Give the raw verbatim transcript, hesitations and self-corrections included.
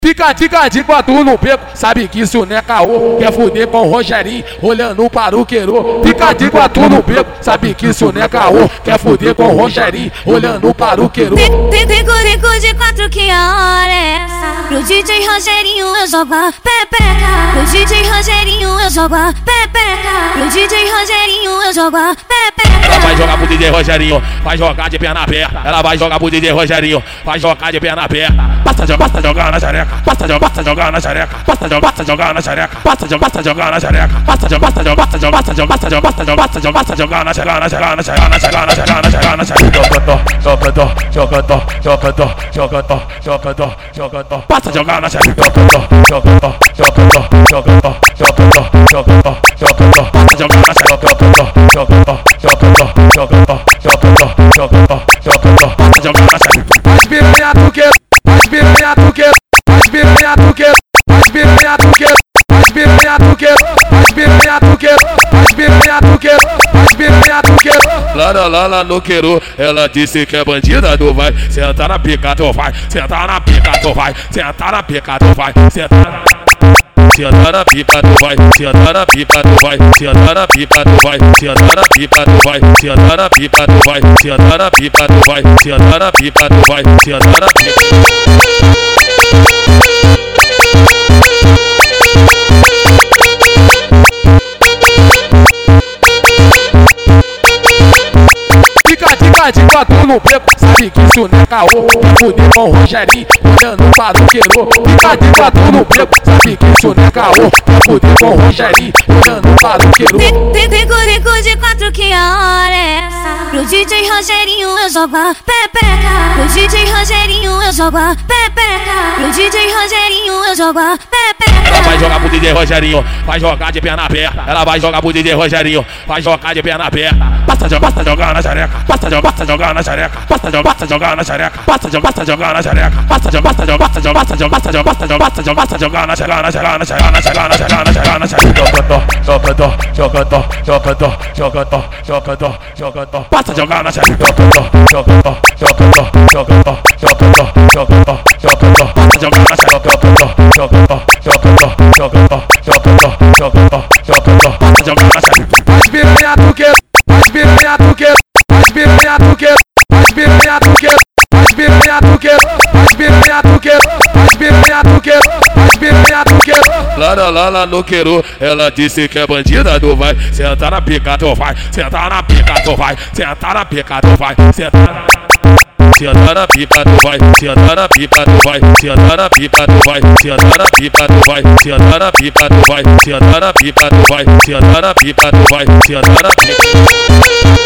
Fica de cadinho com a tu no beco, sabe que isso não é caô. Quer fuder com o Rogerinho, olhando para o queiro. Fica de com a tu no beco, sabe que isso não é caô. Quer fuder com o Rogerinho, olhando para o queiro. Pico de quatro que a hora é essa. Pro D J Rogerinho eu jogo a pepeca. Pro D J Rogerinho eu jogo a pepeca. Pro D J Rogerinho eu jogo a pepeca. Ela vai jogar pro D J Rogerinho, vai jogar de perna aberta. Ela vai jogar pro D J Rogerinho, vai jogar de perna aberta. Basta, basta jogar na xereca. Basta, basta jogar na xereca. Basta, basta jogar na xereca. Basta, basta jogar na xereca. Basta, basta jogar, basta, basta, basta, basta, basta, basta jogar na xereca, na xereca, na xereca, na xereca, na xereca, na xereca, na xereca. Jogando, jogando, jogando, jogando, jogando, jogando. Basta jogar na xereca. Jogando, jogando, jogando, jogando, jogando, jogando, jogando. Basta jogar na xereca. Jogando, jogando, jogando, jogando, jogando, jogando, jogando. Basta jogar na xereca. Faz piranha tu queiro, faz piranha tu queiro, faz piranha tu queiro, faz piranha tu queiro, faz piranha tu queiro, faz piranha tu queiro, faz piranha tu queiro, faz piranha tu queiro. Lá, lá, lá, lá no queiro, ela disse que é bandida, tu vai sentar na pica, tu vai sentar na pica, tu vai sentar na pica, tu vai sentar na Senta na pica, tu vai, senta na pica, tu vai, senta na pica, tu vai, senta na pica, tu vai, senta na pica, tu vai, senta na pica, tu vai, senta na pica, tu vai, senta na pica. De quatro no beco, sabe que isso não é caô. Quer fuder com o Rogerinho, olhando para o queiro. Fica de quatro no beco, sabe que isso não é caô. Quer fuder com o Rogerinho, olhando para o queiro. Pico de quatro que a hora é essa. Pro D J Rogerinho eu jogo a pepeca. Pro D J Rogerinho eu jogo a pepeca. Pro D J Rogerinho eu jogo a pepeca. Ela vai jogar pro D J Rogerinho, vai jogar de perna aberta. Ela vai jogar pro D J Rogerinho, vai jogar de perna aberta. Basta, basta jogar na xereca. Basta, basta jogar na xereca. Basta, basta jogar na xereca. Basta, basta jogar na xereca. Basta, basta jogar, basta, basta, basta, basta, basta, basta jogar na xereca, na xereca, na xereca, na xereca, na xereca, na xereca, na xereca. Jogando, jogando, jogando, jogando, jogando, jogando. Basta jogar na xereca. Jogando, jogando, jogando, jogando, jogando, jogando, jogando. Basta jogar na xereca. Jogando, jogando, jogando, jogando, jogando, jogando, jogando. Basta jogar na xereca. Faz piranha tu queiro, faz piranha tu queiro, faz piranha tu queiro, faz piranha tu queiro, faz piranha tu queiro, faz piranha tu queiro, faz piranha tu queiro, faz piranha tu queiro. Lá, lá, lá, lá no queiro, ela disse que é bandida, tu vai sentar na pica, tu vai sentar na pica, tu vai sentar na pica, tu vai sentar na Senta na pica, tu vai, senta na pica, tu vai, senta na pica, tu vai, senta na pica, tu vai, senta na pica, tu vai, senta na pica, tu vai, senta na pica, tu vai, senta na pica.